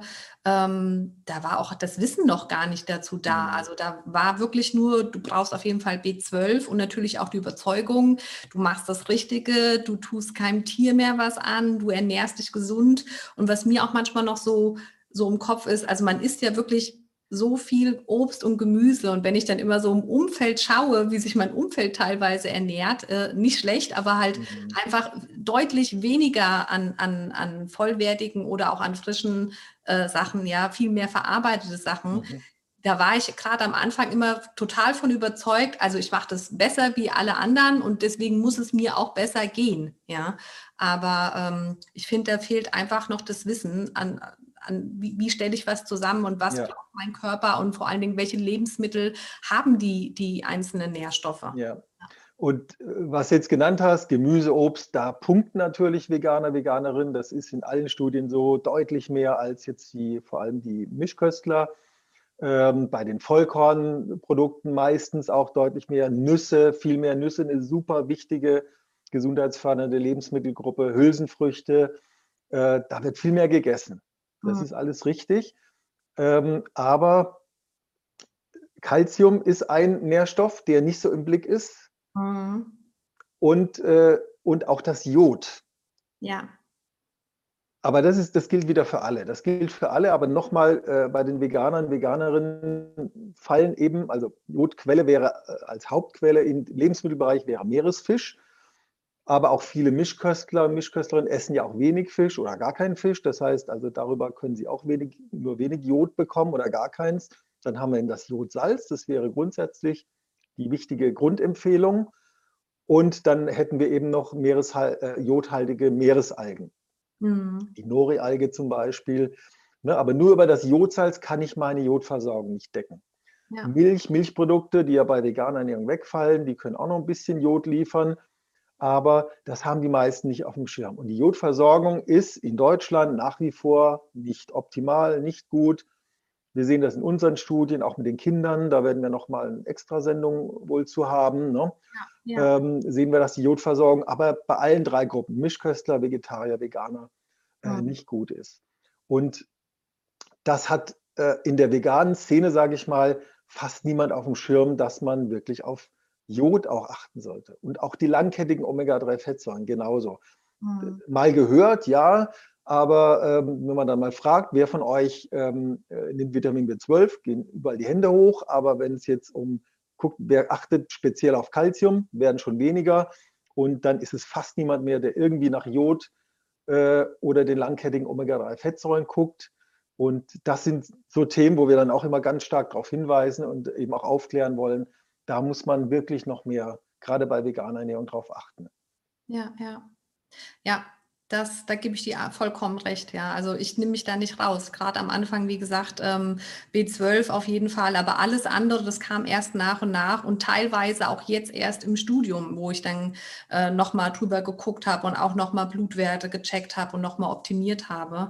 ähm, da war auch das Wissen noch gar nicht dazu da. Mhm. Also da war wirklich nur, du brauchst auf jeden Fall B zwölf und natürlich auch die Überzeugung, du machst das Richtige, du tust keinem Tier mehr was an, du ernährst dich gesund. Und was mir auch manchmal noch so, so im Kopf ist, also man isst ja wirklich so viel Obst und Gemüse. Und wenn ich dann immer so im Umfeld schaue, wie sich mein Umfeld teilweise ernährt, äh, nicht schlecht, aber halt Mhm. einfach deutlich weniger an, an, an vollwertigen oder auch an frischen äh, Sachen, ja, viel mehr verarbeitete Sachen. Mhm. Da war ich gerade am Anfang immer total von überzeugt, also ich mache das besser wie alle anderen und deswegen muss es mir auch besser gehen, ja. Aber ähm, ich finde, da fehlt einfach noch das Wissen an, an wie, wie stelle ich was zusammen und was Ja. braucht mein Körper und vor allen Dingen, welche Lebensmittel haben die, die einzelnen Nährstoffe. Ja. Und äh, was du jetzt genannt hast, Gemüse, Obst, da punkten natürlich Veganer, Veganerinnen. Das ist in allen Studien so deutlich mehr als jetzt die, vor allem die Mischköstler. Ähm, bei den Vollkornprodukten meistens auch deutlich mehr Nüsse, viel mehr Nüsse, eine super wichtige gesundheitsfördernde Lebensmittelgruppe, Hülsenfrüchte, äh, da wird viel mehr gegessen. Das Mhm. ist alles richtig. Ähm, aber Calcium ist ein Nährstoff, der nicht so im Blick ist. Mhm. Und, äh, und auch das Jod. Ja. Aber das, ist, das gilt wieder für alle. Das gilt für alle, aber nochmal äh, bei den Veganern, Veganerinnen fallen eben, also Jodquelle wäre äh, als Hauptquelle im Lebensmittelbereich wäre Meeresfisch. Aber auch viele Mischköstler und Mischköstlerinnen essen ja auch wenig Fisch oder gar keinen Fisch. Das heißt, also darüber können sie auch wenig, nur wenig Jod bekommen oder gar keins. Dann haben wir eben das Jodsalz. Das wäre grundsätzlich die wichtige Grundempfehlung. Und dann hätten wir eben noch Meereshal äh, jodhaltige Meeresalgen. Mhm. Die Nori-Alge zum Beispiel. Ne, aber nur über das Jodsalz kann ich meine Jodversorgung nicht decken. Ja. Milch, Milchprodukte, die ja bei veganer Ernährung wegfallen, die können auch noch ein bisschen Jod liefern. Aber das haben die meisten nicht auf dem Schirm. Und die Jodversorgung ist in Deutschland nach wie vor nicht optimal, nicht gut. Wir sehen das in unseren Studien, auch mit den Kindern. Da werden wir nochmal eine Extrasendung wohl zu haben. Ne? Ja. Ja. Ähm, sehen wir, dass die Jodversorgung aber bei allen drei Gruppen, Mischköstler, Vegetarier, Veganer, äh, Mhm. nicht gut ist. Und das hat äh, in der veganen Szene, sage ich mal, fast niemand auf dem Schirm, dass man wirklich auf Jod auch achten sollte. Und auch die langkettigen Omega drei Fettsäuren genauso. Mhm. Mal gehört, ja, aber ähm, wenn man dann mal fragt, wer von euch ähm, äh, nimmt Vitamin B zwölf, gehen überall die Hände hoch. Aber wenn es jetzt um, guckt, wer achtet speziell auf Calcium, werden schon weniger. Und dann ist es fast niemand mehr, der irgendwie nach Jod äh, oder den langkettigen Omega drei Fettsäuren guckt. Und das sind so Themen, wo wir dann auch immer ganz stark darauf hinweisen und eben auch aufklären wollen. Da muss man wirklich noch mehr, gerade bei veganer Ernährung, drauf achten. Ja, ja. Ja, das, da gebe ich dir a- vollkommen recht, ja. Also ich nehme mich da nicht raus. Gerade am Anfang, wie gesagt, ähm, B zwölf auf jeden Fall, aber alles andere, das kam erst nach und nach und teilweise auch jetzt erst im Studium, wo ich dann äh, nochmal drüber geguckt habe und auch nochmal Blutwerte gecheckt habe und nochmal optimiert habe.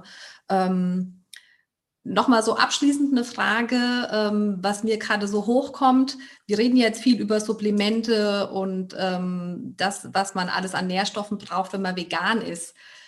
Ähm, Nochmal so abschließend eine Frage, ähm, was mir gerade so hochkommt. Wir reden jetzt viel über Supplemente und ähm, das, was man alles an Nährstoffen braucht, wenn man vegan ist.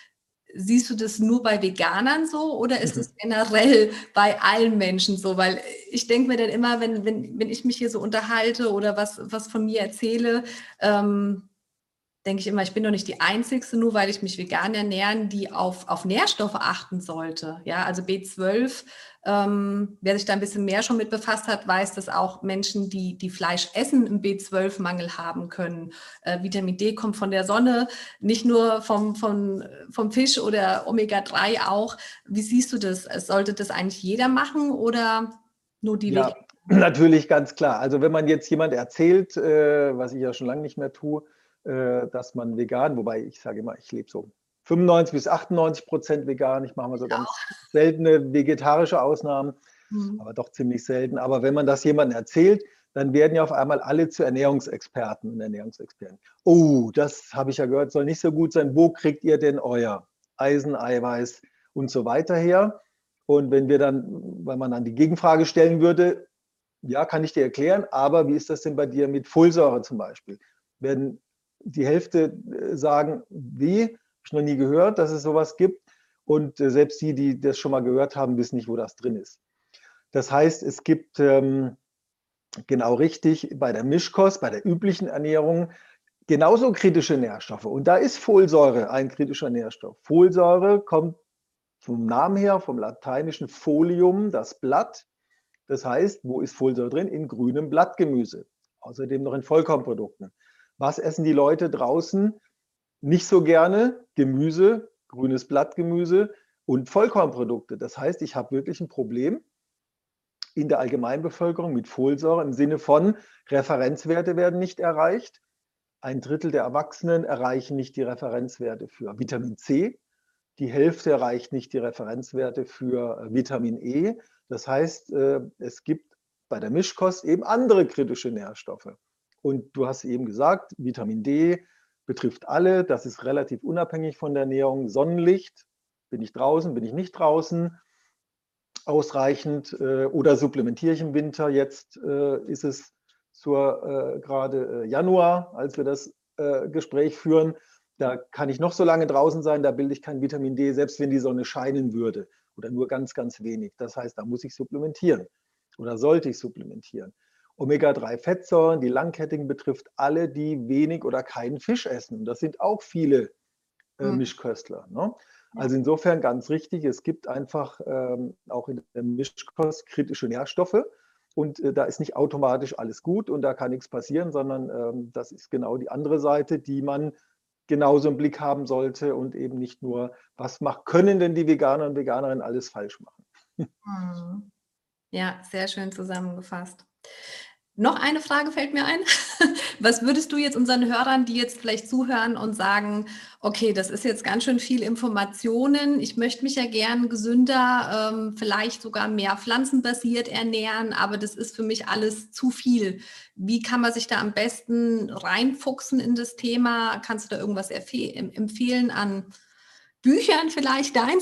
siehst du das nur bei Veganern so oder ist es Mhm. generell bei allen Menschen so? Weil ich denke mir dann immer, wenn, wenn, wenn ich mich hier so unterhalte oder was, was von mir erzähle, ähm, denke ich immer, ich bin doch nicht die Einzige, nur weil ich mich vegan ernähren, die auf, auf Nährstoffe achten sollte. Ja, also B zwölf, ähm, wer sich da ein bisschen mehr schon mit befasst hat, weiß, dass auch Menschen, die, die Fleisch essen, einen B zwölf Mangel haben können. Äh, Vitamin D kommt von der Sonne, nicht nur vom, vom, vom Fisch oder Omega drei auch. Wie siehst du das? Sollte das eigentlich jeder machen oder nur die Veganer? Ja, natürlich ganz klar. Also wenn man jetzt jemand erzählt, äh, was ich ja schon lange nicht mehr tue, äh, dass man vegan, wobei ich sage immer, ich lebe so fünfundneunzig bis achtundneunzig Prozent vegan. Ich mache mal so ganz seltene vegetarische Ausnahmen, Hm. aber doch ziemlich selten. Aber wenn man das jemandem erzählt, dann werden ja auf einmal alle zu Ernährungsexperten und Ernährungsexperten. Oh, das habe ich ja gehört, soll nicht so gut sein. Wo kriegt ihr denn euer Eisen, Eiweiß und so weiter her? Und wenn wir dann, weil man dann die Gegenfrage stellen würde, ja, kann ich dir erklären, aber wie ist das denn bei dir mit Folsäure zum Beispiel? Werden die Hälfte äh, sagen, wie, habe ich noch nie gehört, dass es sowas gibt. Und äh, selbst die, die das schon mal gehört haben, wissen nicht, wo das drin ist. Das heißt, es gibt ähm, genau richtig bei der Mischkost, bei der üblichen Ernährung genauso kritische Nährstoffe. Und da ist Folsäure ein kritischer Nährstoff. Folsäure kommt vom Namen her, vom lateinischen Folium, das Blatt. Das heißt, wo ist Folsäure drin? In grünem Blattgemüse. Außerdem noch in Vollkornprodukten. Was essen die Leute draußen nicht so gerne? Gemüse, grünes Blattgemüse und Vollkornprodukte. Das heißt, ich habe wirklich ein Problem in der Allgemeinbevölkerung mit Folsäure im Sinne von Referenzwerte werden nicht erreicht. Ein Drittel der Erwachsenen erreichen nicht die Referenzwerte für Vitamin C. Die Hälfte erreicht nicht die Referenzwerte für Vitamin E. Das heißt, es gibt bei der Mischkost eben andere kritische Nährstoffe. Und du hast eben gesagt, Vitamin D betrifft alle. Das ist relativ unabhängig von der Ernährung. Sonnenlicht, bin ich draußen, bin ich nicht draußen, ausreichend oder supplementiere ich im Winter. Jetzt ist es zur gerade Januar, als wir das Gespräch führen. Da kann ich noch so lange draußen sein, da bilde ich kein Vitamin D, selbst wenn die Sonne scheinen würde oder nur ganz, ganz wenig. Das heißt, da muss ich supplementieren oder sollte ich supplementieren. Omega drei Fettsäuren, die langkettigen, betrifft alle, die wenig oder keinen Fisch essen. Und das sind auch viele äh, Mischköstler. Ne? Also insofern ganz richtig, es gibt einfach ähm, auch in der Mischkost kritische Nährstoffe. Und äh, da ist nicht automatisch alles gut und da kann nichts passieren, sondern ähm, das ist genau die andere Seite, die man genauso im Blick haben sollte und eben nicht nur, was macht, können denn die Veganer und Veganerinnen alles falsch machen? Mhm. Ja, sehr schön zusammengefasst. Noch eine Frage fällt mir ein. Was würdest du jetzt unseren Hörern, die jetzt vielleicht zuhören und sagen, okay, das ist jetzt ganz schön viel Informationen, ich möchte mich ja gern gesünder, ähm, vielleicht sogar mehr pflanzenbasiert ernähren, aber das ist für mich alles zu viel. Wie kann man sich da am besten reinfuchsen in das Thema? Kannst du da irgendwas empfehlen an Büchern vielleicht deins?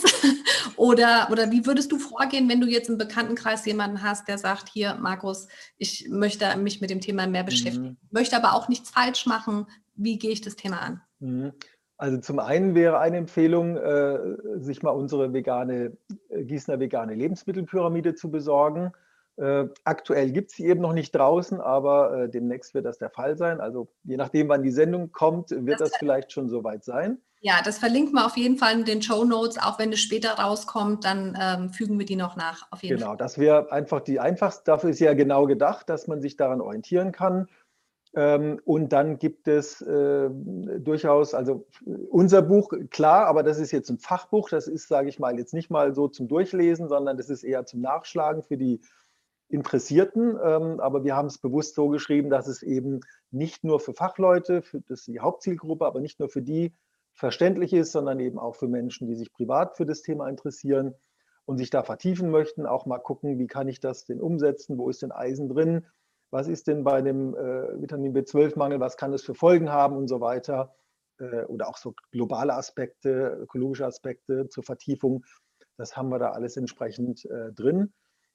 Oder, oder wie würdest du vorgehen, wenn du jetzt im Bekanntenkreis jemanden hast, der sagt, hier, Markus, ich möchte mich mit dem Thema mehr beschäftigen, Mhm. möchte aber auch nichts falsch machen. Wie gehe ich das Thema an? Mhm. Also zum einen wäre eine Empfehlung, äh, sich mal unsere vegane, äh, Gießener vegane Lebensmittelpyramide zu besorgen. Äh, aktuell gibt es sie eben noch nicht draußen, aber äh, demnächst wird das der Fall sein. Also je nachdem, wann die Sendung kommt, wird Das, das vielleicht schon soweit sein. ja, das verlinken wir auf jeden Fall in den Shownotes, auch wenn es später rauskommt, dann ähm, fügen wir die noch nach, auf jeden Fall. Genau, das wäre einfach die einfachste. Dafür ist ja genau gedacht, dass man sich daran orientieren kann. Ähm, und dann gibt es äh, durchaus, also unser Buch, klar, aber das ist jetzt ein Fachbuch, das ist, sage ich mal, jetzt nicht mal so zum Durchlesen, sondern das ist eher zum Nachschlagen für die Interessierten. Ähm, aber wir haben es bewusst so geschrieben, dass es eben nicht nur für Fachleute, für, das ist die Hauptzielgruppe, aber nicht nur für die verständlich ist, sondern eben auch für Menschen, die sich privat für das Thema interessieren und sich da vertiefen möchten, auch mal gucken, wie kann ich das denn umsetzen, wo ist denn Eisen drin, was ist denn bei dem äh, Vitamin B zwölf Mangel, was kann das für Folgen haben und so weiter. Äh, oder auch so globale Aspekte, ökologische Aspekte zur Vertiefung. Das haben wir da alles entsprechend äh, drin.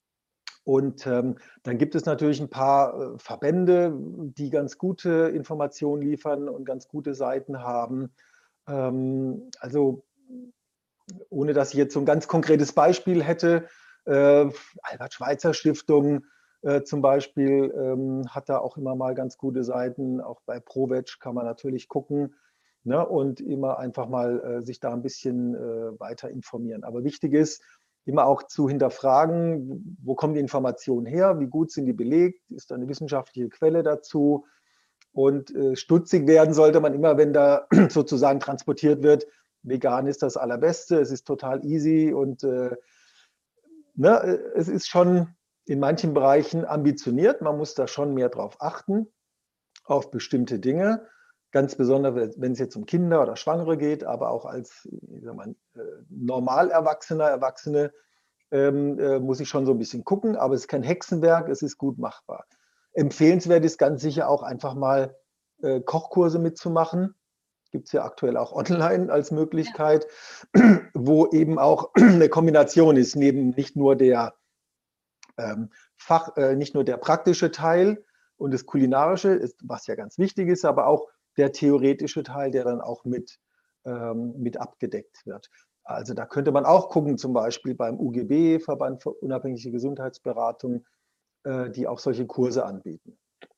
Und ähm, dann gibt es natürlich ein paar äh, Verbände, die ganz gute Informationen liefern und ganz gute Seiten haben. Ähm, also ohne dass ich jetzt so ein ganz konkretes Beispiel hätte, äh, Albert-Schweitzer-Stiftung äh, zum Beispiel ähm, hat da auch immer mal ganz gute Seiten. Auch bei ProVeg kann man natürlich gucken, ne, und immer einfach mal äh, sich da ein bisschen äh, weiter informieren. Aber wichtig ist, immer auch zu hinterfragen, wo kommen die Informationen her, wie gut sind die belegt, ist da eine wissenschaftliche Quelle dazu? Und äh, stutzig werden sollte man immer, wenn da sozusagen transportiert wird, vegan ist das Allerbeste, es ist total easy und äh, ne, es ist schon in manchen Bereichen ambitioniert. Man muss da schon mehr drauf achten, auf bestimmte Dinge. Ganz besonders, wenn es jetzt um Kinder oder Schwangere geht, aber auch als ich sag mal, normal Erwachsener, Erwachsene ähm, äh, muss ich schon so ein bisschen gucken. Aber es ist kein Hexenwerk, es ist gut machbar. Empfehlenswert ist ganz sicher auch einfach mal äh, Kochkurse mitzumachen. Gibt es ja aktuell auch online als Möglichkeit, ja, wo eben auch eine Kombination ist, neben nicht nur der ähm, Fach, äh, nicht nur der praktische Teil und das kulinarische, ist, was ja ganz wichtig ist, aber auch der theoretische Teil, der dann auch mit, ähm, mit abgedeckt wird. Also da könnte man auch gucken, zum Beispiel beim U G B, Verband für unabhängige Gesundheitsberatung, äh, die auch solche Kurse anbieten.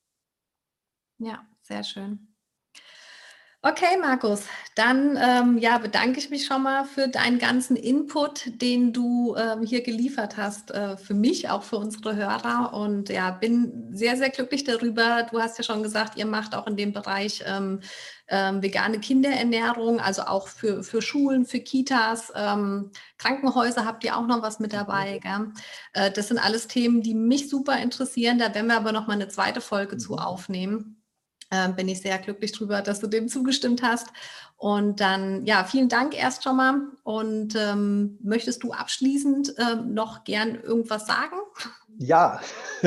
Ja, sehr schön. Okay, Markus, dann ähm, ja, bedanke ich mich schon mal für deinen ganzen Input, den du ähm, hier geliefert hast, äh, für mich, auch für unsere Hörer. Und ja, bin sehr, sehr glücklich darüber. Du hast ja schon gesagt, ihr macht auch in dem Bereich ähm, ähm, vegane Kinderernährung, also auch für, für Schulen, für Kitas, ähm, Krankenhäuser habt ihr auch noch was mit dabei. Gell? Äh, das sind alles Themen, die mich super interessieren. Da werden wir aber noch mal eine zweite Folge mhm. zu aufnehmen. Ähm, bin ich sehr glücklich drüber, dass du dem zugestimmt hast. Und dann, ja, vielen Dank erst schon mal. Und ähm, möchtest du abschließend ähm, noch gern irgendwas sagen? Ja,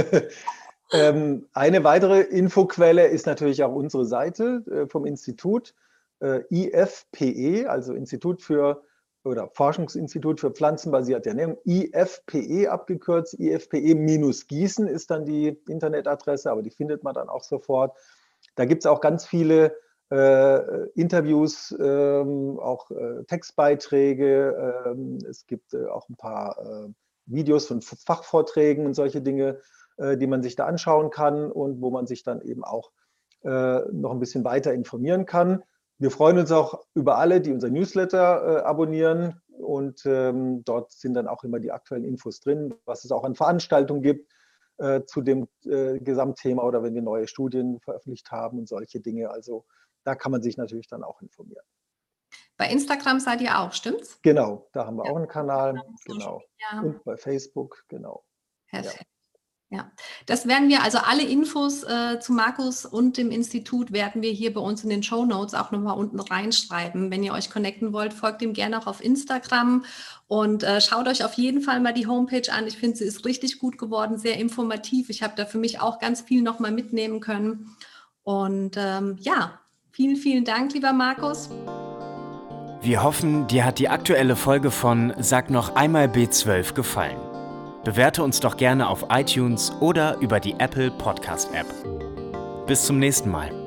ähm, eine weitere Infoquelle ist natürlich auch unsere Seite äh, vom Institut, äh, I F P E, also Institut für oder Forschungsinstitut für pflanzenbasierte Ernährung, I F P E abgekürzt, I F P E-Gießen ist dann die Internetadresse, aber die findet man dann auch sofort. Da gibt es auch ganz viele äh, Interviews, ähm, auch äh, Textbeiträge. Ähm, es gibt äh, auch ein paar äh, Videos von Fachvorträgen und solche Dinge, äh, die man sich da anschauen kann und wo man sich dann eben auch äh, noch ein bisschen weiter informieren kann. Wir freuen uns auch über alle, die unser Newsletter äh, abonnieren und ähm, dort sind dann auch immer die aktuellen Infos drin, was es auch an Veranstaltungen gibt zu dem äh, Gesamtthema oder wenn wir neue Studien veröffentlicht haben und solche Dinge. Also da kann man sich natürlich dann auch informieren. Bei Instagram seid ihr auch, stimmt's? Genau, da haben wir ja auch einen Kanal. Genau. Ja. Und bei Facebook, genau. Perfekt. Ja. Ja, das werden wir, also alle Infos äh, zu Markus und dem Institut werden wir hier bei uns in den Shownotes auch nochmal unten reinschreiben. Wenn ihr euch connecten wollt, folgt ihm gerne auch auf Instagram und äh, schaut euch auf jeden Fall mal die Homepage an. Ich finde, sie ist richtig gut geworden, sehr informativ. Ich habe da für mich auch ganz viel nochmal mitnehmen können. Und ähm, ja, vielen, vielen Dank, lieber Markus. Wir hoffen, dir hat die aktuelle Folge von Sag noch einmal B zwölf gefallen. Bewerte uns doch gerne auf iTunes oder über die Apple Podcast App. Bis zum nächsten Mal.